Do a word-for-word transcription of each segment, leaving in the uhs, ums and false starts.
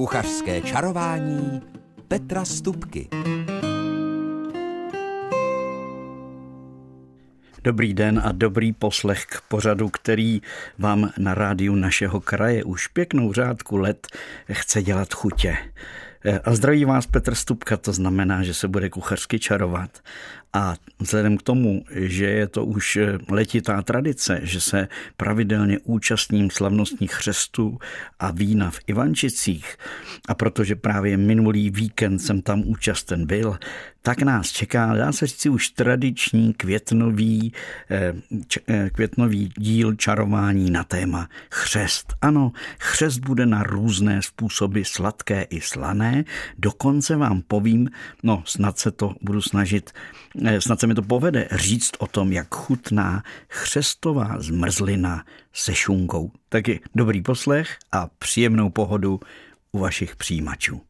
Kuchařské čarování Petra Stupky. Dobrý den a dobrý poslech k pořadu, který vám na rádiu našeho kraje už pěknou řádku let chce dělat chutě. A zdraví vás Petr Stupka, to znamená, že se bude kuchařsky čarovat. A vzhledem k tomu, že je to už letitá tradice, že se pravidelně účastním slavnostních chřestů a vína v Ivančicích, a protože právě minulý víkend jsem tam účasten byl, tak nás čeká, dá se říci, už tradiční květnový, květnový díl čarování na téma chřest. Ano, chřest bude na různé způsoby, sladké i slané. Dokonce vám povím, no snad se to budu snažit, snad se mi to povede říct o tom, jak chutná chřestová zmrzlina se šunkou. Taky dobrý poslech a příjemnou pohodu u vašich přijímačů.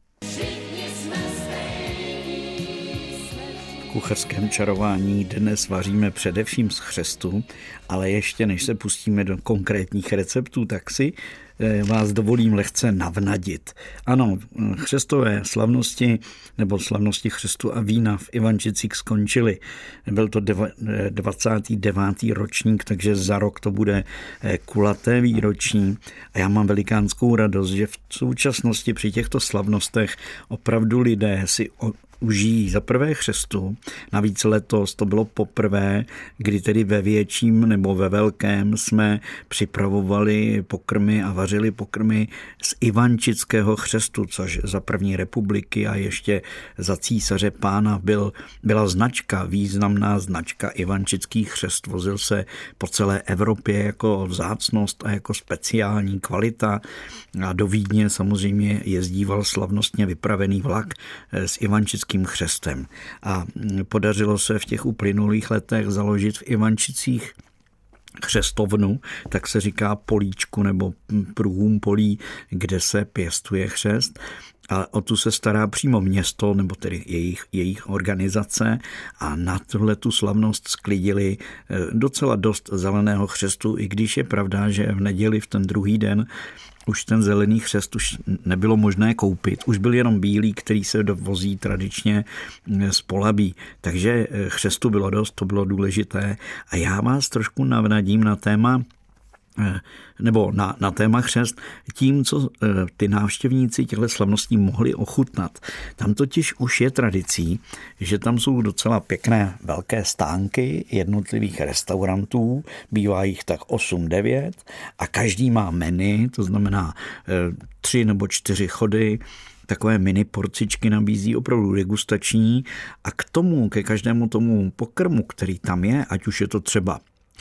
V kuchařském čarování dnes vaříme především z chřestu, ale ještě než se pustíme do konkrétních receptů, tak si vás dovolím lehce navnadit. Ano, chřestové slavnosti nebo slavnosti chřestu a vína v Ivančicích skončily. Byl to dvacátý devátý ročník, takže za rok to bude kulaté výroční. A já mám velikánskou radost, že v současnosti při těchto slavnostech opravdu lidé si užijí za prvé chřestu. Navíc letos to bylo poprvé, kdy tedy ve větším nebo ve velkém jsme připravovali pokrmy a vařili pokrmy z ivančického chřestu, což za první republiky a ještě za císaře pána byl, byla značka, významná značka ivančický chřest. Vozil se po celé Evropě jako vzácnost a jako speciální kvalita a do Vídně samozřejmě jezdíval slavnostně vypravený vlak s ivančickým chřestem. A podařilo se v těch uplynulých letech založit v Ivančicích chřestovnu, tak se říká políčku nebo průhům polí, kde se pěstuje chřest. A o tu se stará přímo město, nebo tedy jejich, jejich organizace, a na tuhle tu slavnost sklidili docela dost zeleného chřestu, i když je pravda, že v neděli v ten druhý den už ten zelený chřest už nebylo možné koupit. Už byl jenom bílý, který se dovozí tradičně z Polabí. Takže chřestu bylo dost, to bylo důležité. A já vás trošku navnadím na téma nebo na, na téma chřest tím, co ty návštěvníci těchto slavností mohli ochutnat. Tam totiž už je tradicí, že tam jsou docela pěkné velké stánky jednotlivých restaurantů, bývá jich tak osm devět a každý má menu, to znamená tři nebo čtyři chody, takové mini porcičky nabízí opravdu degustační a k tomu, ke každému tomu pokrmu, který tam je, ať už je to třeba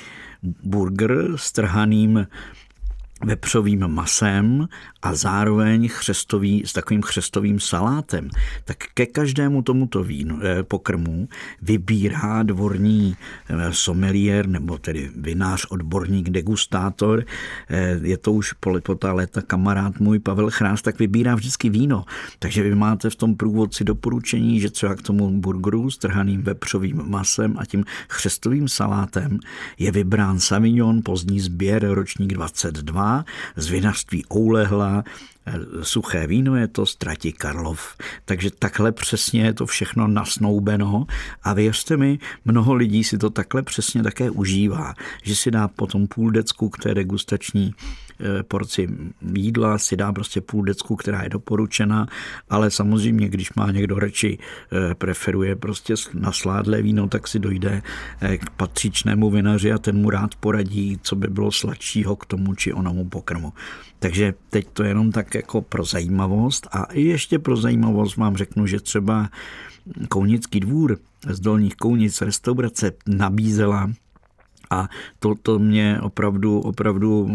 burger s trhaným vepřovým masem a zároveň chřestový, s takovým chřestovým salátem, tak ke každému tomuto vínu, eh, pokrmu vybírá dvorní eh, sommelier, nebo tedy vinář, odborník, degustátor, eh, je to už po, po ta léta kamarád můj Pavel Chrást, tak vybírá vždycky víno. Takže vy máte v tom průvodci doporučení, že třeba k tomu burgeru s trhaným vepřovým masem a tím chřestovým salátem je vybrán Sauvignon, pozdní sběr, ročník dvacet dva, z vinařství Oulehla, suché víno je to z trati Karlov. Takže takhle přesně je to všechno nasnoubeno a věřte mi, mnoho lidí si to takhle přesně také užívá, že si dá potom půl decku k té degustační porci jídla, si dá prostě půl decku, která je doporučena, ale samozřejmě, když má někdo radši preferuje prostě nasládlé víno, tak si dojde k patřičnému vinaři a ten mu rád poradí, co by bylo sladšího k tomu či onomu pokrmu. Takže teď to jenom tak jako pro zajímavost a i ještě pro zajímavost vám řeknu, že třeba Kounický dvůr z Dolních Kounic restaurace nabízela a to, to mě opravdu, opravdu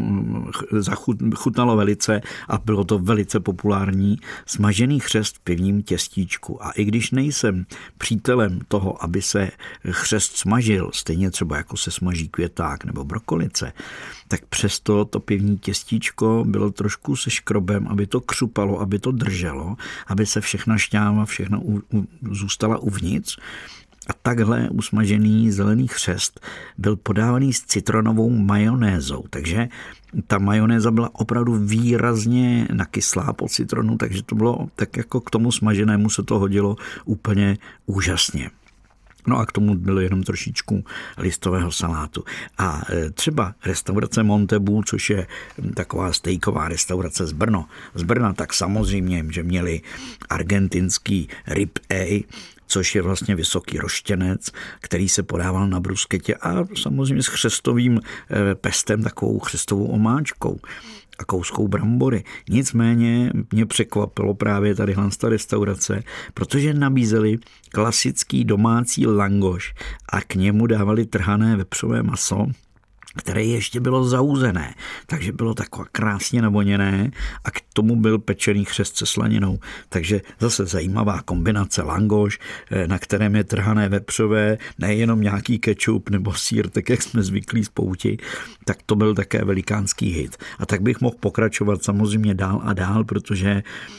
zachutnalo velice a bylo to velice populární. Smažený chřest v pivním těstíčku. A i když nejsem přítelem toho, aby se chřest smažil, stejně třeba jako se smaží květák nebo brokolice, tak přesto to pivní těstíčko bylo trošku se škrobem, aby to křupalo, aby to drželo, aby se všechna šťáva, všechno u, u, zůstala uvnitř. A takhle usmažený zelený chřest byl podávaný s citronovou majonézou, takže ta majonéza byla opravdu výrazně nakyslá po citronu, takže to bylo tak jako k tomu smaženému se to hodilo úplně úžasně. No a k tomu bylo jenom trošičku listového salátu. A třeba restaurace Montebu, což je taková stejková restaurace z Brno, z Brna, tak samozřejmě, že měli argentinský rib-eye, což je vlastně vysoký roštěnec, který se podával na brusketě a samozřejmě s chřestovým pestem, takovou chřestovou omáčkou a kouskou brambory. Nicméně mě překvapilo právě tady ta restaurace, protože nabízeli klasický domácí langoš a k němu dávali trhané vepřové maso, které ještě bylo zauzené, takže bylo takové krásně navoněné a k tomu byl pečený chřest se slaninou. Takže zase zajímavá kombinace langoš, na kterém je trhané vepřové, nejenom nějaký kečup nebo sýr, tak jak jsme zvyklí z pouti, tak to byl také velikánský hit. A tak bych mohl pokračovat samozřejmě dál a dál, protože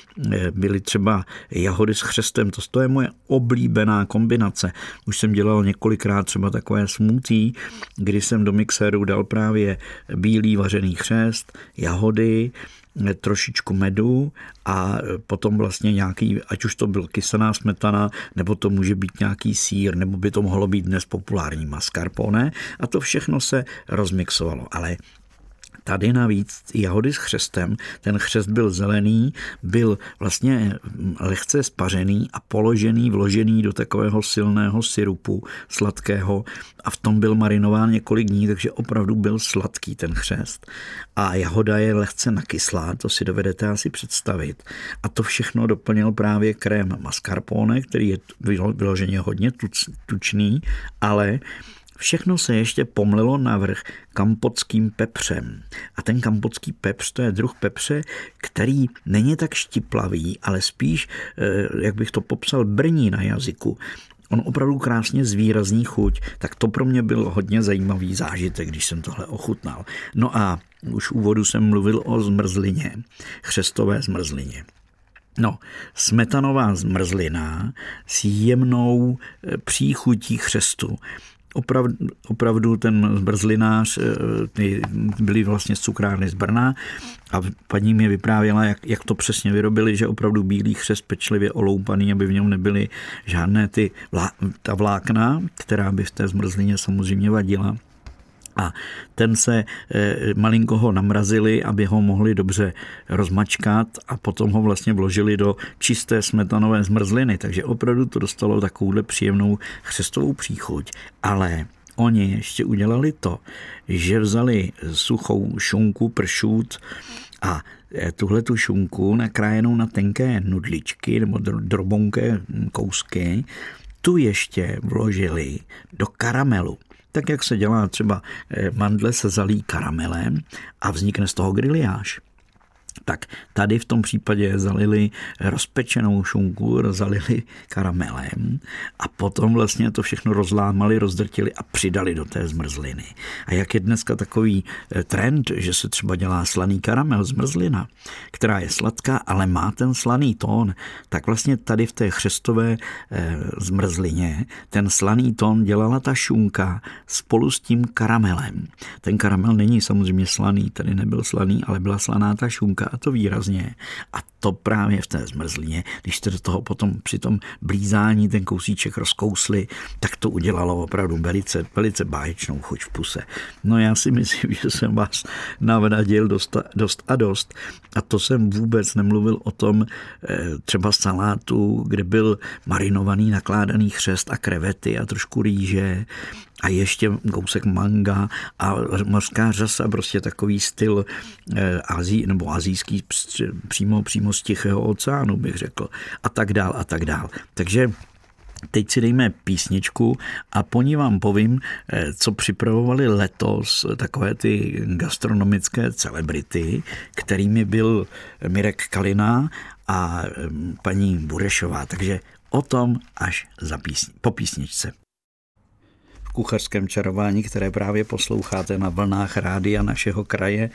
byly třeba jahody s chřestem, to, to je moje oblíbená kombinace. Už jsem dělal několikrát třeba takové smoothie, kdy jsem do mixéru dal právě bílý vařený chřest, jahody, trošičku medu a potom vlastně nějaký, ať už to byl kysaná smetana, nebo to může být nějaký sýr, nebo by to mohlo být dnes populární mascarpone a to všechno se rozmixovalo. Ale tady navíc jahody s chřestem, ten chřest byl zelený, byl vlastně lehce spařený a položený, vložený do takového silného syrupu sladkého a v tom byl marinován několik dní, takže opravdu byl sladký ten chřest. A jahoda je lehce nakyslá, to si dovedete asi představit. A to všechno doplnil právě krém mascarpone, který je vyloženě hodně tučný, ale všechno se ještě pomlelo navrch kampotským pepřem. A ten kampotský pepř, to je druh pepře, který není tak štiplavý, ale spíš, jak bych to popsal, brní na jazyku. On opravdu krásně zvýrazní chuť, tak to pro mě byl hodně zajímavý zážitek, když jsem tohle ochutnal. No a už v úvodu jsem mluvil o zmrzlině, chřestové zmrzlině. No, smetanová zmrzlina s jemnou příchutí chřestu. Opravdu, opravdu ten zmrzlinář, byli vlastně z cukrárny z Brna a paní mi vyprávěla, jak, jak to přesně vyrobili, že opravdu bílý chřest pečlivě oloupaný, aby v něm nebyly žádné ty vlá, ta vlákna, která by v té zmrzlině samozřejmě vadila. A ten se malinko ho namrazili, aby ho mohli dobře rozmačkat a potom ho vlastně vložili do čisté smetanové zmrzliny. Takže opravdu to dostalo takovouhle příjemnou chřestovou příchuť. Ale oni ještě udělali to, že vzali suchou šunku, pršut a tuhletu šunku nakrájenou na tenké nudličky nebo drobonké kousky, tu ještě vložili do karamelu. Tak jak se dělá třeba mandle se zalí karamelem a vznikne z toho griliáž. Tak tady v tom případě zalili rozpečenou šunku, zalili karamelem a potom vlastně to všechno rozlámali, rozdrtili a přidali do té zmrzliny. A jak je dneska takový trend, že se třeba dělá slaný karamel, zmrzlina, která je sladká, ale má ten slaný tón, tak vlastně tady v té chřestové zmrzlině ten slaný tón dělala ta šunka spolu s tím karamelem. Ten karamel není samozřejmě slaný, tady nebyl slaný, ale byla slaná ta šunka a to výrazně. A to právě v té zmrzlině, když jste do toho potom při tom blízání ten kousíček rozkousli, tak to udělalo opravdu velice, velice báječnou chuť v puse. No já si myslím, že jsem vás navnadil dost, dost a dost. A to jsem vůbec nemluvil o tom třeba salátu, kde byl marinovaný, nakládaný chřest a krevety a trošku rýže a ještě kousek manga a mořská řasa, prostě takový styl Azí, nebo azijský přímo, přímo z Tichého oceánu, bych řekl, a tak dál a tak dál. Takže teď si dejme písničku a po ní vám povím, co připravovali letos takové ty gastronomické celebrity, kterými byl Mirek Kalina a paní Burešová. Takže o tom až za písni, po písničce. kuchařském čarování, které právě posloucháte na vlnách rádia našeho kraje.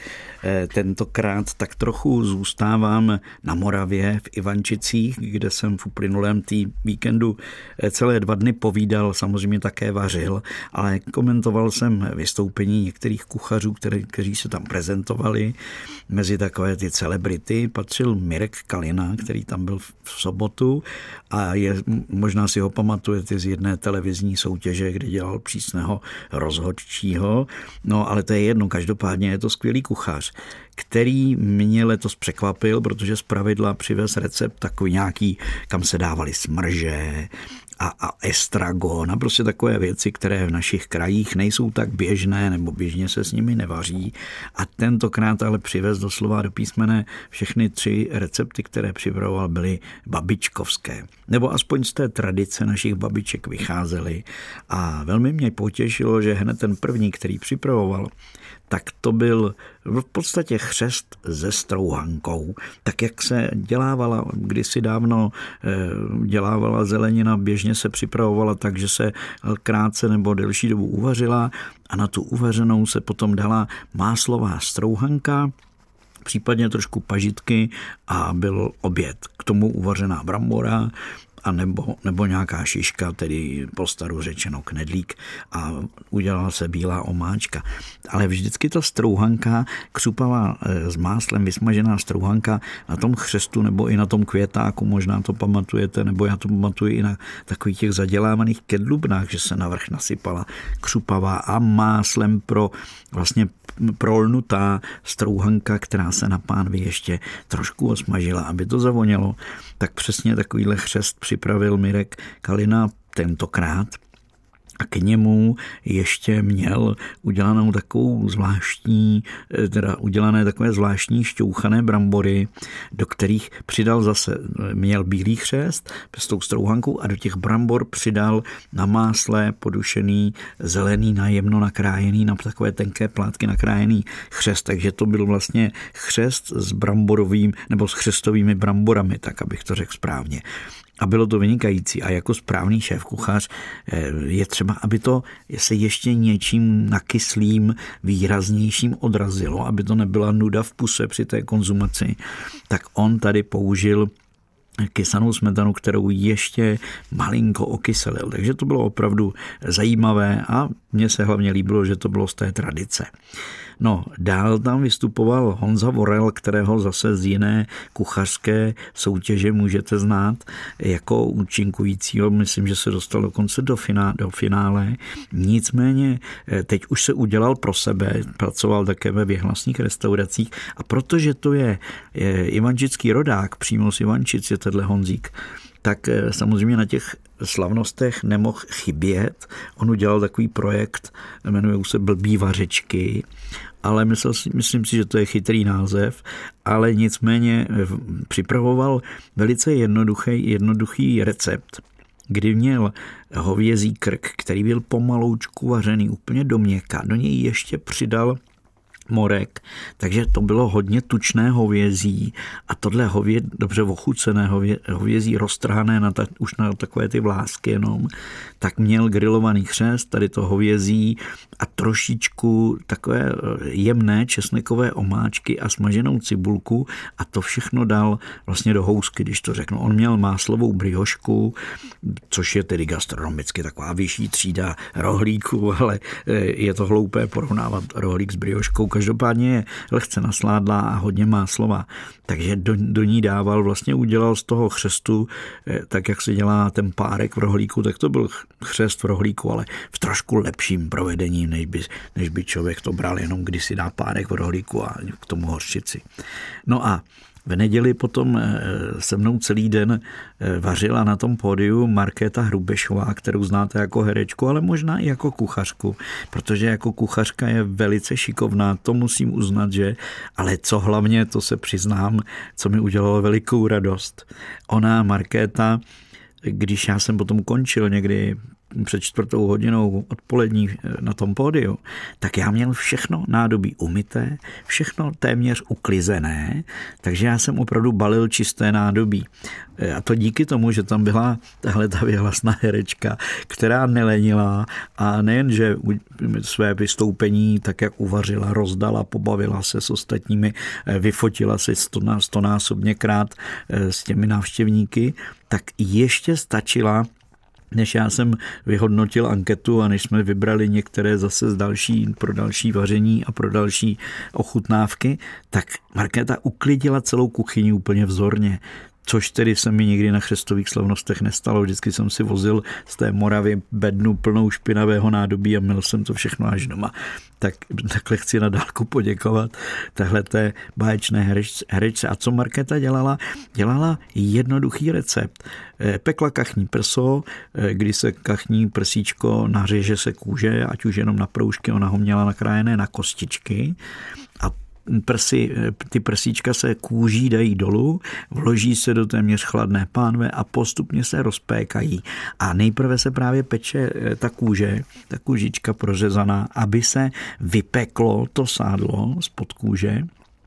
Tentokrát tak trochu zůstávám na Moravě v Ivančicích, kde jsem v uplynulém tý víkendu celé dva dny povídal, samozřejmě také vařil, ale komentoval jsem vystoupení některých kuchařů, které, kteří se tam prezentovali. Mezi takové ty celebrity patřil Mirek Kalina, který tam byl v sobotu a je, možná si ho pamatujete z jedné televizní soutěže, kde dělal přísného rozhodčího. No, ale to je jedno, každopádně je to skvělý kuchař, který mě letos překvapil, protože zpravidla přivez recept takový nějaký, kam se dávali smrže a, a estragon a prostě takové věci, které v našich krajích nejsou tak běžné nebo běžně se s nimi nevaří. A tentokrát ale přivez doslova do písmene všechny tři recepty, které připravoval, byly babičkovské. Nebo aspoň z té tradice našich babiček vycházely. A velmi mě potěšilo, že hned ten první, který připravoval, tak to byl v podstatě chřest se strouhankou. Tak jak se dělávala kdysi dávno, dělávala zelenina, běžně se připravovala tak, že se krátce nebo delší dobu uvařila a na tu uvařenou se potom dala máslová strouhanka, případně trošku pažitky a byl oběd. K tomu uvařená brambora, a nebo, nebo nějaká šiška, tedy po staru řečeno knedlík a udělala se bílá omáčka. Ale vždycky ta strouhanka, křupavá s máslem vysmažená strouhanka na tom chřestu nebo i na tom květáku, možná to pamatujete, nebo já to pamatuju i na takových těch zadělávaných kedlubnách, že se navrch nasypala křupavá a máslem pro vlastně prolnutá strouhanka, která se na pánvi ještě trošku osmažila, aby to zavonělo. Tak přesně takovýhle chřest připravil Mirek Kalina tentokrát. A k němu ještě měl udělanou takovou zvláštní, teda udělané takové zvláštní šťouchané brambory, do kterých přidal zase, měl bílý chřest s tou strouhankou a do těch brambor přidal na másle podušený, zelený, najemno nakrájený, na takové tenké plátky nakrájený chřest. Takže to byl vlastně chřest s bramborovým, nebo s chřestovými bramborami, tak abych to řekl správně. A bylo to vynikající. A jako správný šéf kuchař je třeba, aby to se ještě něčím nakyslým, výraznějším odrazilo, aby to nebyla nuda v puse při té konzumaci. Tak on tady použil kysanou smetanu, kterou ještě malinko okyselil. Takže to bylo opravdu zajímavé a mně se hlavně líbilo, že to bylo z té tradice. No, dál tam vystupoval Honza Vorel, kterého zase z jiné kuchařské soutěže můžete znát jako účinkujícího. Myslím, že se dostal dokonce do, finá, do finále. Nicméně teď už se udělal pro sebe, pracoval také ve věhlasných restauracích a protože to je, je ivančický rodák, přímo z Ivančic je tenhle Honzík, tak samozřejmě na těch slavnostech nemohl chybět. On udělal takový projekt, jmenuje se Blbý vařečky, ale myslel, myslím si, že to je chytrý název, ale nicméně připravoval velice jednoduchý, jednoduchý recept, kdy měl hovězí krk, který byl pomaloučku vařený úplně do měka. Do něj ještě přidal morek, takže to bylo hodně tučné hovězí a tohle hově, dobře ochucené hově, hovězí roztrhané na ta, už na takové ty vlásky jenom, tak měl grilovaný chřest, tady to hovězí a trošičku takové jemné česnekové omáčky a smaženou cibulku a to všechno dal vlastně do housky, když to řeknu. On měl máslovou briošku, což je tedy gastronomicky taková vyšší třída rohlíku, ale je to hloupé porovnávat rohlík s brioškou. Každopádně je lehce nasládlá a hodně máslová. Takže do, do ní dával, vlastně udělal z toho chřestu, tak jak se dělá ten párek v rohlíku, tak to byl chřest v rohlíku, ale v trošku lepším provedení, než by, než by člověk to bral jenom, když si dá párek v rohlíku a k tomu hořčici. No a v neděli potom se mnou celý den vařila na tom pódiu Markéta Hrubešová, kterou znáte jako herečku, ale možná i jako kuchařku, protože jako kuchařka je velice šikovná, to musím uznat, že, ale co hlavně, to se přiznám, co mi udělalo velikou radost. Ona, Markéta, když já jsem potom končil někdy před čtvrtou hodinou odpolední na tom pódiu, tak já měl všechno nádobí umyté, všechno téměř uklizené, takže já jsem opravdu balil čisté nádobí. A to díky tomu, že tam byla tahle ta věhlasná herečka, která nelenila a nejen, že své vystoupení tak, jak uvařila, rozdala, pobavila se s ostatními, vyfotila si stonásobně krát s těmi návštěvníky, tak ještě stačila, než já jsem vyhodnotil anketu a než jsme vybrali některé zase z další, pro další vaření a pro další ochutnávky, tak Markéta uklidila celou kuchyni úplně vzorně. Což tedy se mi nikdy na křestových slavnostech nestalo. Vždycky jsem si vozil z té Moravy bednu plnou špinavého nádobí a měl jsem to všechno až doma. Tak takhle chci na dálku poděkovat tahleté báječné herečce. A co Markéta dělala? Dělala jednoduchý recept. Pekla kachní prso, kdy se kachní prsíčko nařeže se kůže, ať už jenom na proužky, ona ho měla nakrájené na kostičky a Prsy, ty prsíčka se kůží dají dolů, vloží se do téměř chladné pánve a postupně se rozpékají. A nejprve se právě peče ta kůže, ta kůžička prořezaná, aby se vypeklo to sádlo spod kůže.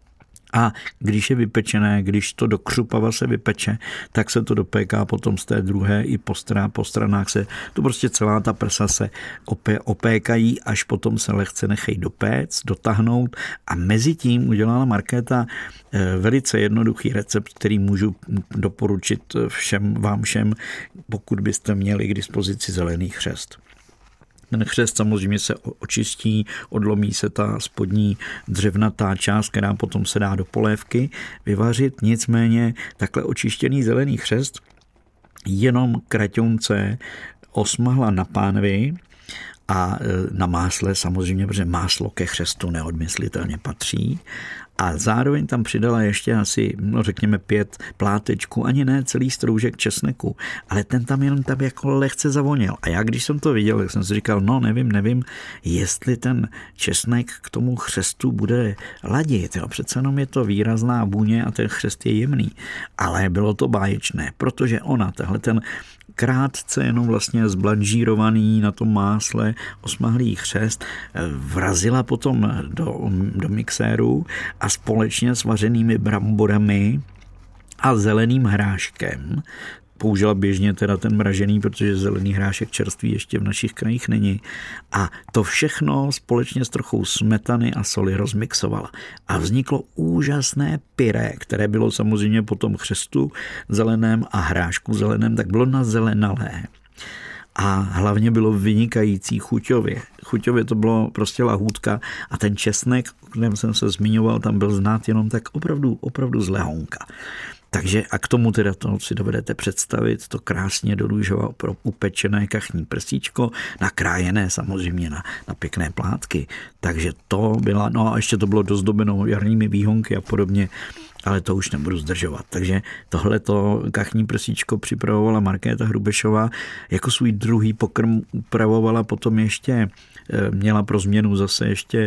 A když je vypečené, když to do křupava se vypeče, tak se to dopéká potom z té druhé i po, strán, po stranách se, to prostě celá ta prsa se opé, opékají, až potom se lehce nechají dopéct, dotáhnout a mezi tím udělala Markéta velice jednoduchý recept, který můžu doporučit všem vám všem, pokud byste měli k dispozici zelený chřest. Ten chřest samozřejmě se očistí, odlomí se ta spodní dřevnatá část, která potom se dá do polévky vyvařit. Nicméně takhle očištěný zelený chřest jenom kraťonce osmahla na pánvi a na másle samozřejmě, protože máslo ke chřestu neodmyslitelně patří. A zároveň tam přidala ještě asi, no řekněme, pět plátečků, ani ne celý stroužek česneku, ale ten tam jenom tam jako lehce zavoněl. A já, když jsem to viděl, tak jsem si říkal, no nevím, nevím, jestli ten česnek k tomu chřestu bude ladit. Jo. Přece jenom je to výrazná vůně a ten chřest je jemný. Ale bylo to báječné, protože ona, tahle ten krátce jenom vlastně zblanžírovaný na tom másle osmahlý chřest vrazila potom do, do mixéru a společně s vařenými bramborami a zeleným hráškem, použila běžně teda ten mražený, protože zelený hrášek čerstvý ještě v našich krajích není. A to všechno společně s trochou smetany a soli rozmixovala. A vzniklo úžasné pyré, které bylo samozřejmě po tom chřestu zeleném a hrášku zeleném, tak bylo nazelenalé. A hlavně bylo vynikající chuťově. Chuťově to bylo prostě lahůdka a ten česnek, o kterém jsem se zmiňoval, tam byl znát jenom tak opravdu, opravdu z lehonka. Takže a k tomu teda to si dovedete představit, to krásně do růžova upečené kachní prsíčko, nakrájené samozřejmě na, na pěkné plátky. Takže to byla, no a ještě to bylo dozdobeno jarními výhonky a podobně, ale to už nebudu zdržovat. Takže tohleto kachní prsíčko připravovala Markéta Hrubešová, jako svůj druhý pokrm upravovala potom ještě, měla pro změnu zase ještě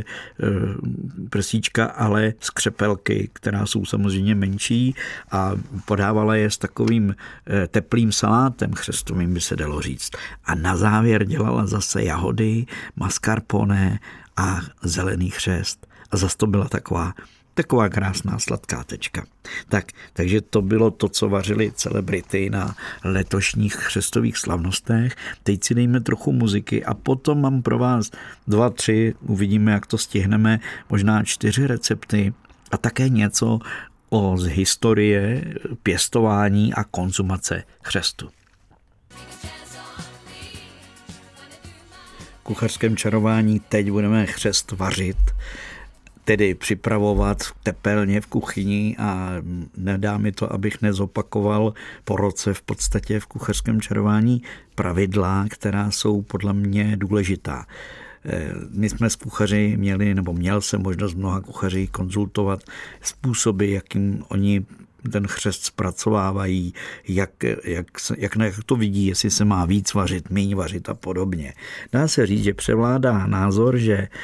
prsíčka, ale z křepelky, která jsou samozřejmě menší a podávala je s takovým teplým salátem chřestovým, by se dalo říct. A na závěr dělala zase jahody, mascarpone a zelený chřest. A zase to byla taková Taková krásná sladká tečka. Tak, takže to bylo to, co vařili celebrity na letošních chřestových slavnostech. Teď si dejme trochu muziky a potom mám pro vás dva, tři, uvidíme, jak to stihneme, možná čtyři recepty a také něco o z historie pěstování a konzumace chřestu. V kuchařském čarování teď budeme chřest vařit, tedy připravovat tepelně v kuchyni a nedá mi to, abych nezopakoval po roce v podstatě v kuchařském čarování pravidla, která jsou podle mě důležitá. My jsme s kuchaři měli, nebo měl jsem možnost mnoha kuchaří konzultovat způsoby, jakým oni ten chřest zpracovávají, jak, jak, jak, jak to vidí, jestli se má víc vařit, méně vařit a podobně. Dá se říct, že převládá názor, že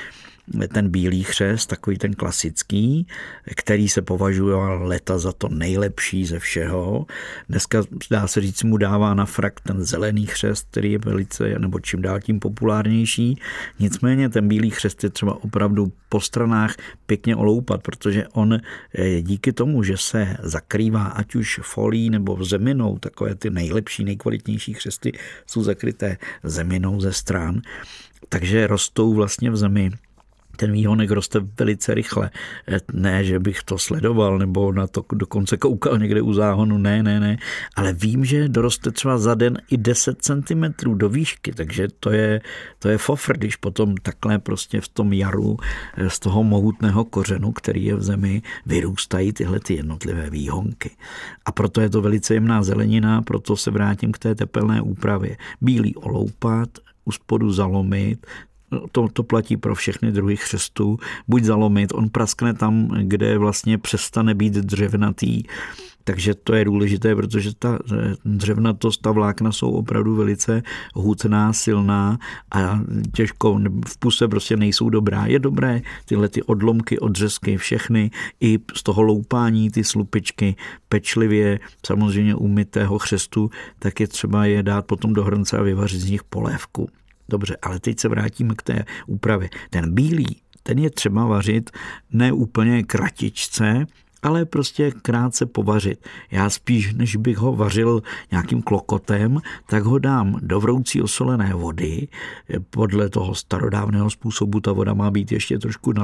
ten bílý chřest, takový ten klasický, který se považoval leta za to nejlepší ze všeho. Dneska, dá se říct, mu dává na frak ten zelený chřest, který je velice, nebo čím dál tím populárnější. Nicméně ten bílý chřest je třeba opravdu po stranách pěkně oloupat, protože on díky tomu, že se zakrývá ať už folí nebo zeminou, takové ty nejlepší, nejkvalitnější chřesty jsou zakryté zeminou ze stran, takže rostou vlastně v zemi. Ten výhonek roste velice rychle. Ne, že bych to sledoval nebo na to dokonce koukal někde u záhonu, ne, ne, ne, ale vím, že doroste třeba za den i deset centimetrů do výšky, takže to je, to je fofr, když potom takhle prostě v tom jaru z toho mohutného kořenu, který je v zemi, vyrůstají tyhle ty jednotlivé výhonky. A proto je to velice jemná zelenina, proto se vrátím k té tepelné úpravě. Bílý oloupat, u spodu zalomit. To, to platí pro všechny druhy chřestů. Buď zalomit, on praskne tam, kde vlastně přestane být dřevnatý. Takže to je důležité, protože ta dřevnatost, ta vlákna jsou opravdu velice hutná, silná a těžko v puse prostě nejsou dobrá. Je dobré tyhle ty odlomky, odřezky, všechny i z toho loupání, ty slupičky pečlivě, samozřejmě umytého chřestu, tak je třeba je dát potom do hrnce a vyvařit z nich polévku. Dobře, ale teď se vrátíme k té úpravě. Ten bílý, ten je třeba vařit ne úplně kratičce, ale prostě krátce povařit. Já spíš, než bych ho vařil nějakým klokotem, tak ho dám do vroucí osolené vody. Podle toho starodávného způsobu ta voda má být ještě trošku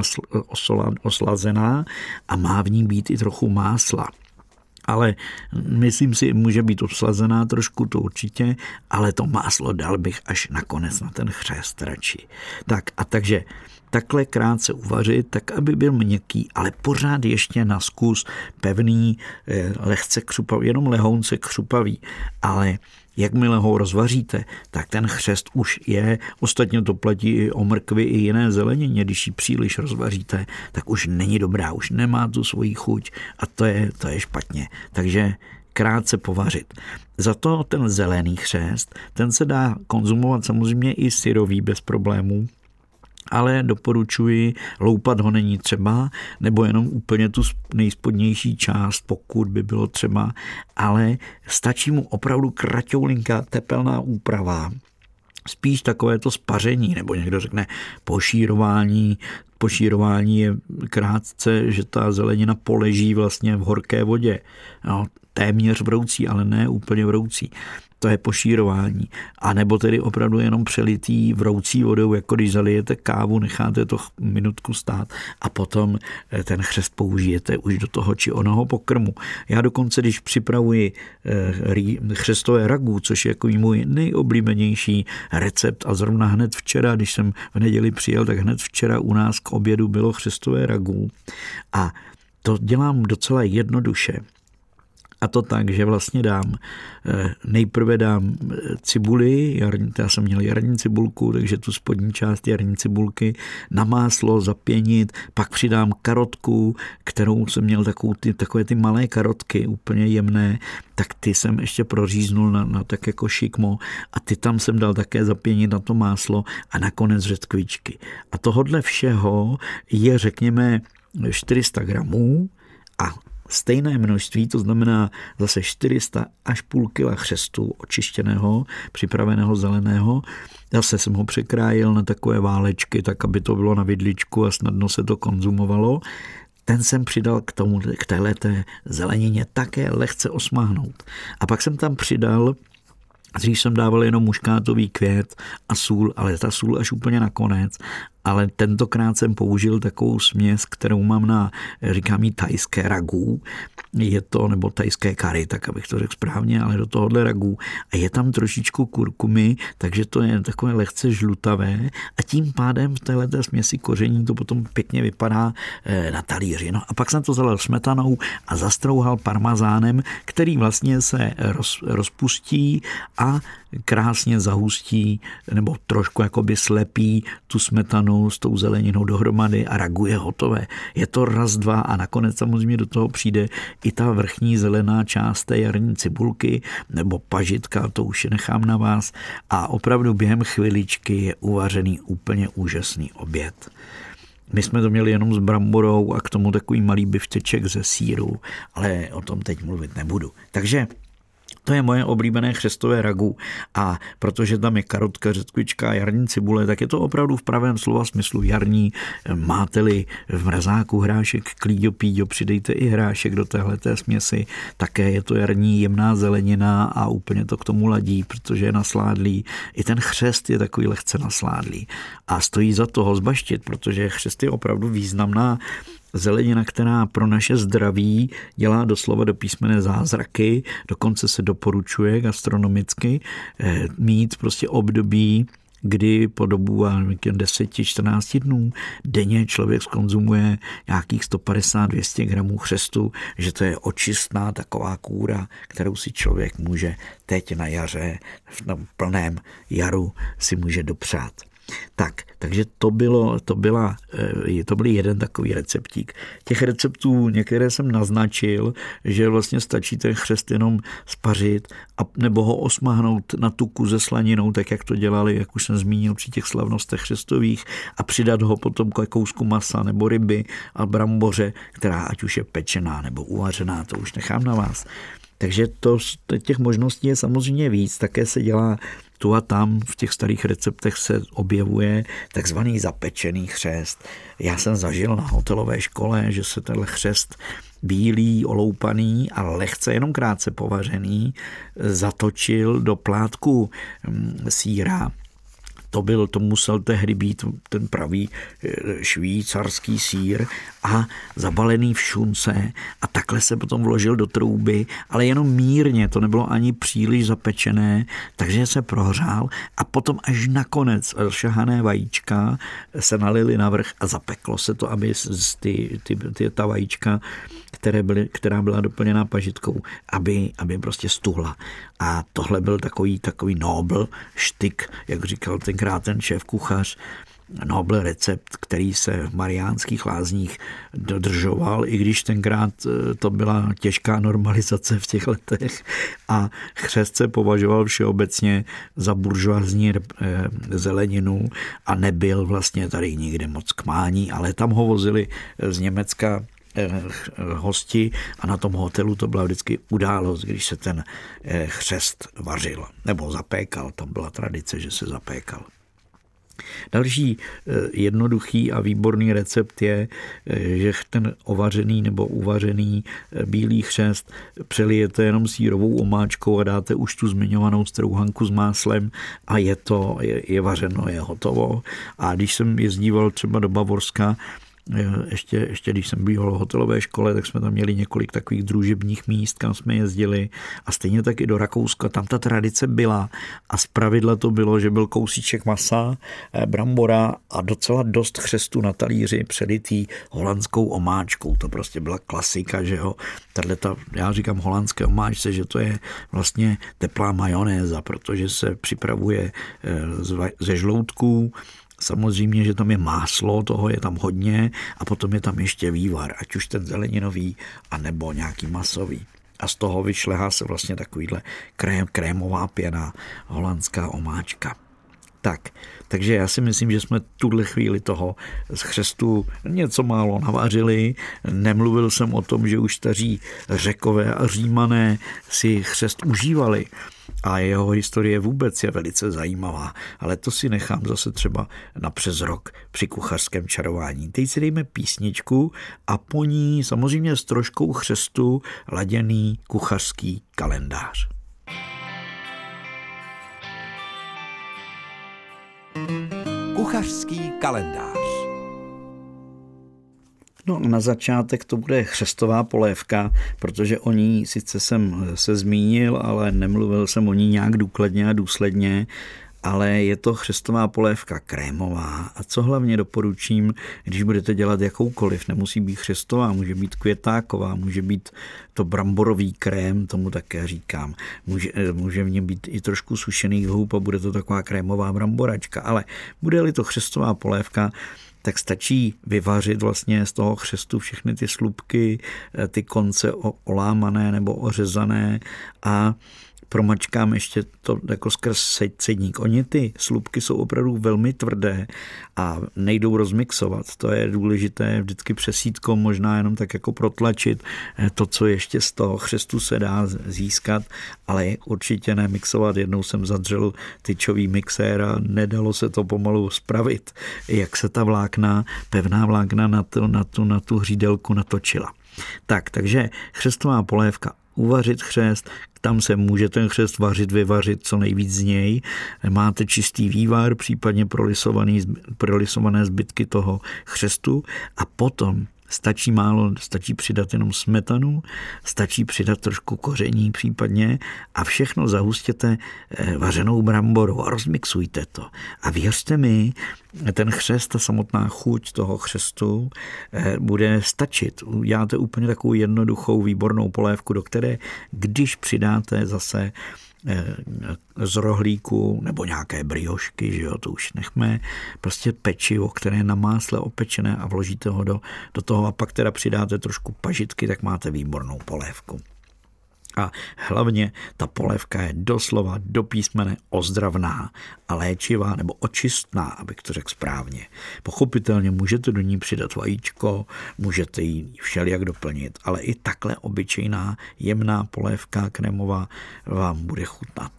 oslazená a má v ní být i trochu másla. Ale myslím si, může být obslazená trošku, to určitě, ale to máslo dal bych až nakonec na ten chřest radši. Tak a takže takhle krátce uvařit, tak aby byl měkký, ale pořád ještě na zkus pevný, lehce křupavý, jenom lehounce křupavý, ale jakmile ho rozvaříte, tak ten chřest už je, ostatně to platí i o mrkvi i jiné zelenině, když ji příliš rozvaříte, tak už není dobrá, už nemá tu svoji chuť a to je, to je špatně. Takže krátce povařit. Za to ten zelený chřest, ten se dá konzumovat samozřejmě i syrový bez problémů, ale doporučuji, loupat ho není třeba, nebo jenom úplně tu nejspodnější část, pokud by bylo třeba, ale stačí mu opravdu kratoulinká tepelná úprava, spíš takové to spaření, nebo někdo řekne pošírování. Pošírování je krátce, že ta zelenina poleží vlastně v horké vodě. No, téměř vroucí, ale ne úplně vroucí. To je pošírování. A nebo tedy opravdu jenom přelitý vroucí vodou, jako když zalijete kávu, necháte to minutku stát a potom ten chřest použijete už do toho či onoho pokrmu. Já dokonce, když připravuji chřestové ragu, což je jako můj nejoblíbenější recept a zrovna hned včera, když jsem v neděli přijel, tak hned včera u nás k obědu bylo chřestové ragu. A to dělám docela jednoduše. A to tak, že vlastně dám, nejprve dám cibuli, jarní, já jsem měl jarní cibulku, takže tu spodní část jarní cibulky na máslo zapěnit, pak přidám karotku, kterou jsem měl takovou ty, takové ty malé karotky, úplně jemné, tak ty jsem ještě proříznul na, na tak jako šikmo a ty tam jsem dal také zapěnit na to máslo a nakonec řetkvičky. A tohodle všeho je, řekněme, čtyři sta gramů a stejné množství, to znamená zase čtyři sta až půl kila chřestu očištěného, připraveného zeleného. Zase jsem ho překrájel na takové válečky, tak aby to bylo na vidličku a snadno se to konzumovalo. Ten jsem přidal k tomu, k téhleté zelenině také lehce osmáhnout. A pak jsem tam přidal, dřív jsem dával jenom muškátový květ a sůl, ale ta sůl až úplně nakonec. Ale tentokrát jsem použil takovou směs, kterou mám na, říkám jí thajské ragu, je to, nebo thajské kary, tak abych to řekl správně, ale do tohohle ragu. A je tam trošičku kurkumy, takže to je takové lehce žlutavé a tím pádem v téhleté směsi koření to potom pěkně vypadá na talíři. No a pak jsem to zalil smetanou a zastrouhal parmazánem, který vlastně se roz, rozpustí a krásně zahustí nebo trošku jakoby slepí tu smetanu s tou zeleninou dohromady a ragu je hotové. Je to raz, dva a nakonec samozřejmě do toho přijde i ta vrchní zelená část té jarní cibulky nebo pažitka, to už nechám na vás a opravdu během chviličky je uvařený úplně úžasný oběd. My jsme to měli jenom s bramborou a k tomu takový malý bifčeček ze sýru, ale o tom teď mluvit nebudu. Takže to je moje oblíbené křestové ragu a protože tam je karotka, řetkvička a jarní cibule, tak je to opravdu v pravém slova smyslu jarní. Máte-li v mrazáku hrášek klíďo píďo, přidejte i hrášek do téhleté směsi. Také je to jarní jemná zelenina a úplně to k tomu ladí, protože je nasládlý. I ten chřest je takový lehce nasládlý a stojí za to ho zbaštit, protože chřest je opravdu významná zelenina, která pro naše zdraví dělá doslova do písmene zázraky, dokonce se doporučuje gastronomicky mít prostě období, kdy po dobu deset až čtrnáct dnů denně člověk skonzumuje nějakých sto padesát až dvě stě gramů chřestu, že to je očistná taková kůra, kterou si člověk může teď na jaře, v tom plném jaru si může dopřát. Tak, takže to bylo, to byla, to byl jeden takový receptík. Těch receptů některé jsem naznačil, že vlastně stačí ten chřest jenom spařit a nebo ho osmahnout na tuku se slaninou, tak jak to dělali, jak už jsem zmínil při těch slavnostech chřestových, a přidat ho potom k kousku masa nebo ryby a bramboře, která ať už je pečená nebo uvařená, to už nechám na vás. Takže to, těch možností je samozřejmě víc, také se dělá tu a tam v těch starých receptech se objevuje takzvaný zapečený chřest. Já jsem zažil na hotelové škole, že se tenhle chřest bílý, oloupaný a lehce jenom krátce povařený zatočil do plátku sýra. To byl, to musel tehdy být ten pravý švýcarský sýr a zabalený v šunce a takhle se potom vložil do trouby, ale jenom mírně, to nebylo ani příliš zapečené, takže se prohřál a potom až nakonec rozšahané vajíčka se nalily navrch a zapeklo se to, aby ty, ty, ty, ta vajíčka, které byly, která byla doplněná pažitkou, aby, aby prostě stuhla. A tohle byl takový, takový nobl štyk, jak říkal tenkrát ten šéf kuchař, nobl recept, který se v Mariánských Lázních dodržoval, i když tenkrát to byla těžká normalizace v těch letech a chřest se považoval všeobecně za buržoazní zeleninu a nebyl vlastně tady nikde moc k mání, ale tam ho vozili z Německa hosti a na tom hotelu to byla vždycky událost, když se ten chřest vařil nebo zapékal. Tam byla tradice, že se zapékal. Další jednoduchý a výborný recept je, že ten ovařený nebo uvařený bílý chřest přelijete jenom sýrovou omáčkou a dáte už tu zmiňovanou strouhanku s máslem a je to, je, je vařeno, je hotovo. A když jsem jezdíval třeba do Bavorska, Ještě, ještě když jsem býval v hotelové škole, tak jsme tam měli několik takových družebních míst, kam jsme jezdili a stejně tak i do Rakouska. Tam ta tradice byla a zpravidla to bylo, že byl kousíček masa, brambora a docela dost chřestu na talíři předitý holandskou omáčkou. To prostě byla klasika, že jo. Tato, já říkám holandské omáčce, že to je vlastně teplá majonéza, protože se připravuje ze žloutků. Samozřejmě, že tam je máslo, toho je tam hodně a potom je tam ještě vývar, ať už ten zeleninový, anebo nějaký masový. A z toho vyšlehá se vlastně takovýhle krém, krémová pěna, holandská omáčka. Tak, takže já si myslím, že jsme tuhle chvíli toho z chřestu něco málo navařili. Nemluvil jsem o tom, že už staří Řekové a Římané si chřest užívali a jeho historie vůbec je velice zajímavá, ale to si nechám zase třeba na přes rok při kuchařském čarování. Teď si dejme písničku a po ní samozřejmě s troškou chřestu laděný kuchařský kalendář. Kuchařský kalendář. No, na začátek to bude chřestová polévka, protože o ní sice jsem se zmínil, ale nemluvil jsem o ní nějak důkladně a důsledně, ale je to chřestová polévka krémová. A co hlavně doporučím, když budete dělat jakoukoliv, nemusí být chřestová, může být květáková, může být to bramborový krém, tomu také říkám. Může, může v něm být i trošku sušených hub a bude to taková krémová bramboračka, ale bude-li to chřestová polévka, tak stačí vyvařit vlastně z toho chřestu všechny ty slupky, ty konce olámané nebo ořezané a promačkám ještě to jako skrz cedník. Oni ty slupky jsou opravdu velmi tvrdé a nejdou rozmixovat. To je důležité vždycky přesítko, možná jenom tak jako protlačit to, co ještě z toho chřestu se dá získat, ale určitě ne mixovat. Jednou jsem zadřel tyčový mixér a nedalo se to pomalu spravit, jak se ta vlákna, pevná vlákna na tu, na tu, na tu hřídelku natočila. Tak, takže chřestová polévka. Uvařit chřest, tam se může ten chřest vařit, vyvařit co nejvíc z něj. Máte čistý vývar, případně prolisovaný, prolisované zbytky toho chřestu a potom stačí málo, stačí přidat jenom smetanu, stačí přidat trošku koření případně a všechno zahustěte vařenou bramborou a rozmixujte to. A věřte mi, ten chřest, ta samotná chuť toho chřestu bude stačit. Uděláte úplně takovou jednoduchou, výbornou polévku, do které, když přidáte zase z rohlíku nebo nějaké briošky, že jo, to už nechme, prostě pečivo, které je na másle opečené a vložíte ho do, do toho a pak teda přidáte trošku pažitky, tak máte výbornou polévku. A hlavně ta polévka je doslova do písmene ozdravná a léčivá nebo očistná, abych to řekl správně. Pochopitelně můžete do ní přidat vajíčko, můžete ji všelijak doplnit, ale i takhle obyčejná jemná polévka krémová vám bude chutnat.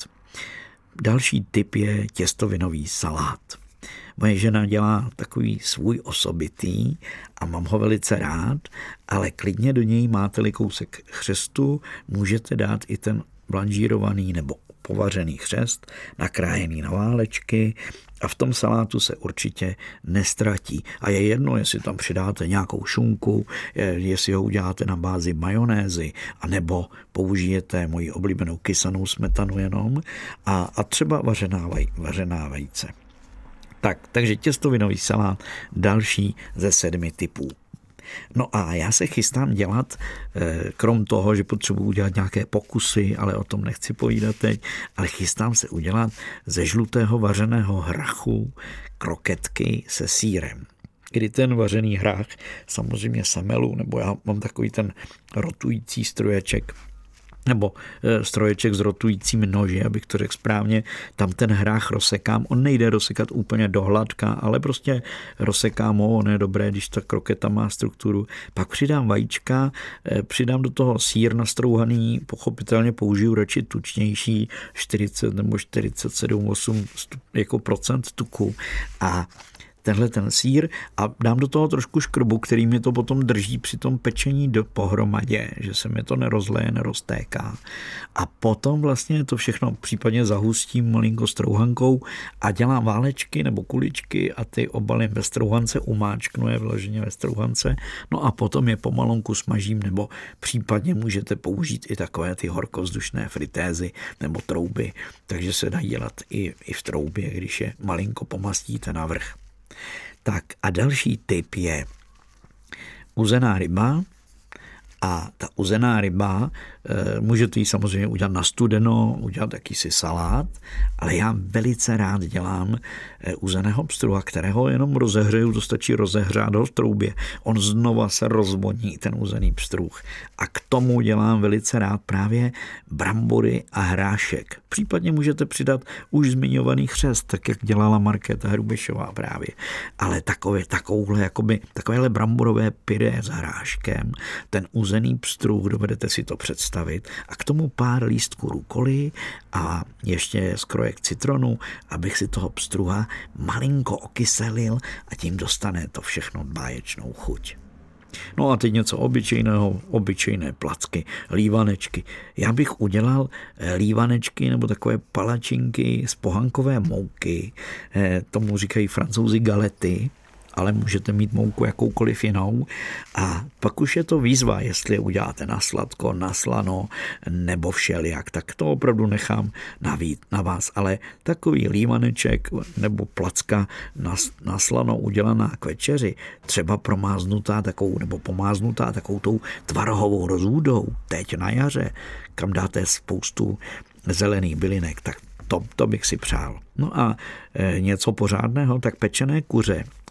Další tip je těstovinový salát. Moje žena dělá takový svůj osobitý a mám ho velice rád, ale klidně do něj máte-li kousek chřestu, můžete dát i ten blanžírovaný nebo povařený chřest, nakrájený na válečky a v tom salátu se určitě nestratí. A je jedno, jestli tam přidáte nějakou šunku, jestli ho uděláte na bázi majonézy, anebo použijete moji oblíbenou kysanou smetanu jenom a, a třeba vařená, vaj, vařená vejce. Tak, takže těstovinový salát, další ze sedmi typů. No a já se chystám dělat, krom toho, že potřebuji udělat nějaké pokusy, ale o tom nechci povídat teď, ale chystám se udělat ze žlutého vařeného hrachu kroketky se sýrem. Kdy ten vařený hrách, samozřejmě semelu, nebo já mám takový ten rotující stroječek, nebo stroječek s rotujícími noži, abych to řekl správně, tam ten hrách rozsekám. On nejde rozsekat úplně do hladka, ale prostě rozsekám ho, on je dobré, když ta kroketa má strukturu. Pak přidám vajíčka, přidám do toho sýr nastrouhaný, pochopitelně použiju radši tučnější, čtyřicet nebo čtyřicet sedm osm jako procent tuku a tenhle ten sýr a dám do toho trošku škrobu, který mi to potom drží při tom pečení do pohromadě, že se mi to nerozleje, neroztéká. A potom vlastně to všechno případně zahustím malinko strouhankou a dělám válečky nebo kuličky a ty obalím ve strouhance, umáčknu je vloženě ve strouhance, no a potom je pomalonku smažím nebo případně můžete použít i takové ty horkovzdušné fritézy nebo trouby, takže se dá dělat i, i v troubě, když je malinko pomastíte na vrch. Tak a další tip je uzená ryba a ta uzená ryba, můžete ji samozřejmě udělat na studeno, udělat jakýsi salát, ale já velice rád dělám uzeného pstruha, kterého jenom rozehřeju, to stačí rozehřát ho v troubě. On znova se rozvodní, ten uzený pstruh. A k tomu dělám velice rád právě brambory a hrášek. Případně můžete přidat už zmiňovaný chřest, tak jak dělala Markéta Hrubišová právě. Ale takové, takovouhle, jakoby, takovéhle bramborové pyré s hráškem, ten uzený pstruh, dovedete si to představit, a k tomu pár lístků rukoly a ještě skrojek citronu, abych si toho pstruha malinko okyselil a tím dostane to všechno báječnou chuť. No a teď něco obyčejného, obyčejné placky, lívanečky. Já bych udělal lívanečky nebo takové palačinky z pohankové mouky, tomu říkají Francouzi galety, ale můžete mít mouku jakoukoliv jinou a pak už je to výzva, jestli je uděláte na sladko, na slano nebo všelijak, tak to opravdu nechám navíc na vás, ale takový lívaneček nebo placka na, na slano udělaná k večeři, třeba promáznutá takovou nebo pomáznutá takovou tou tvarohovou rozůdou, teď na jaře, kam dáte spoustu zelených bylinek, tak to, to bych si přál. No a e, něco pořádného, tak pečené kuře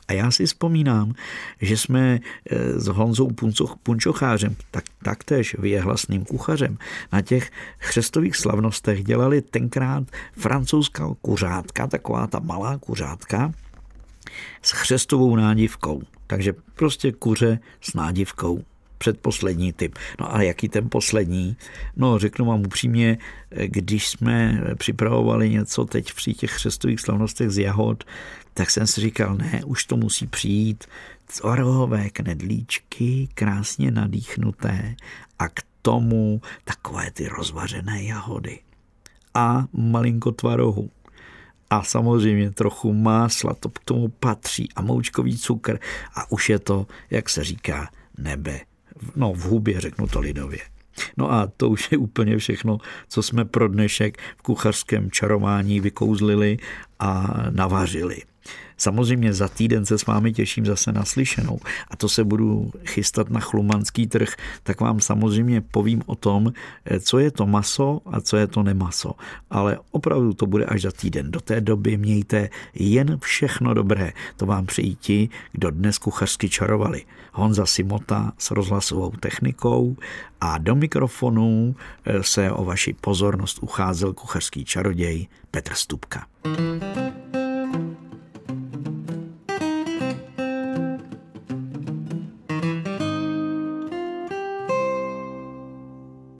A já si vzpomínám, že jsme s Honzou Punčochářem, tak, taktéž věhlasným kuchařem, na těch chřestových slavnostech dělali tenkrát francouzská kuřátka, taková ta malá kuřátka, s chřestovou nádivkou. Takže prostě kuře s nádivkou. Předposlední typ. No ale jaký ten poslední? No řeknu vám upřímně, když jsme připravovali něco teď při těch chřestových slavnostech z jahod, tak jsem si říkal, ne, už to musí přijít orhové knedlíčky, krásně nadýchnuté a k tomu takové ty rozvařené jahody. A malinko tvarohu. A samozřejmě trochu másla, to k tomu patří a moučkový cukr a už je to, jak se říká, nebe. No v hubě, řeknu to lidově. No a to už je úplně všechno, co jsme pro dnešek v kuchařském čarování vykouzlili a navařili. Samozřejmě za týden se s vámi těším zase na slyšenou a to se budu chystat na chlumanský trh, tak vám samozřejmě povím o tom, co je to maso a co je to nemaso. Ale opravdu to bude až za týden. Do té doby mějte jen všechno dobré. To vám přejí ti, kdo dnes kuchařsky čarovali. Honza Simota s rozhlasovou technikou a do mikrofonu se o vaši pozornost ucházel kuchařský čaroděj Petr Stupka.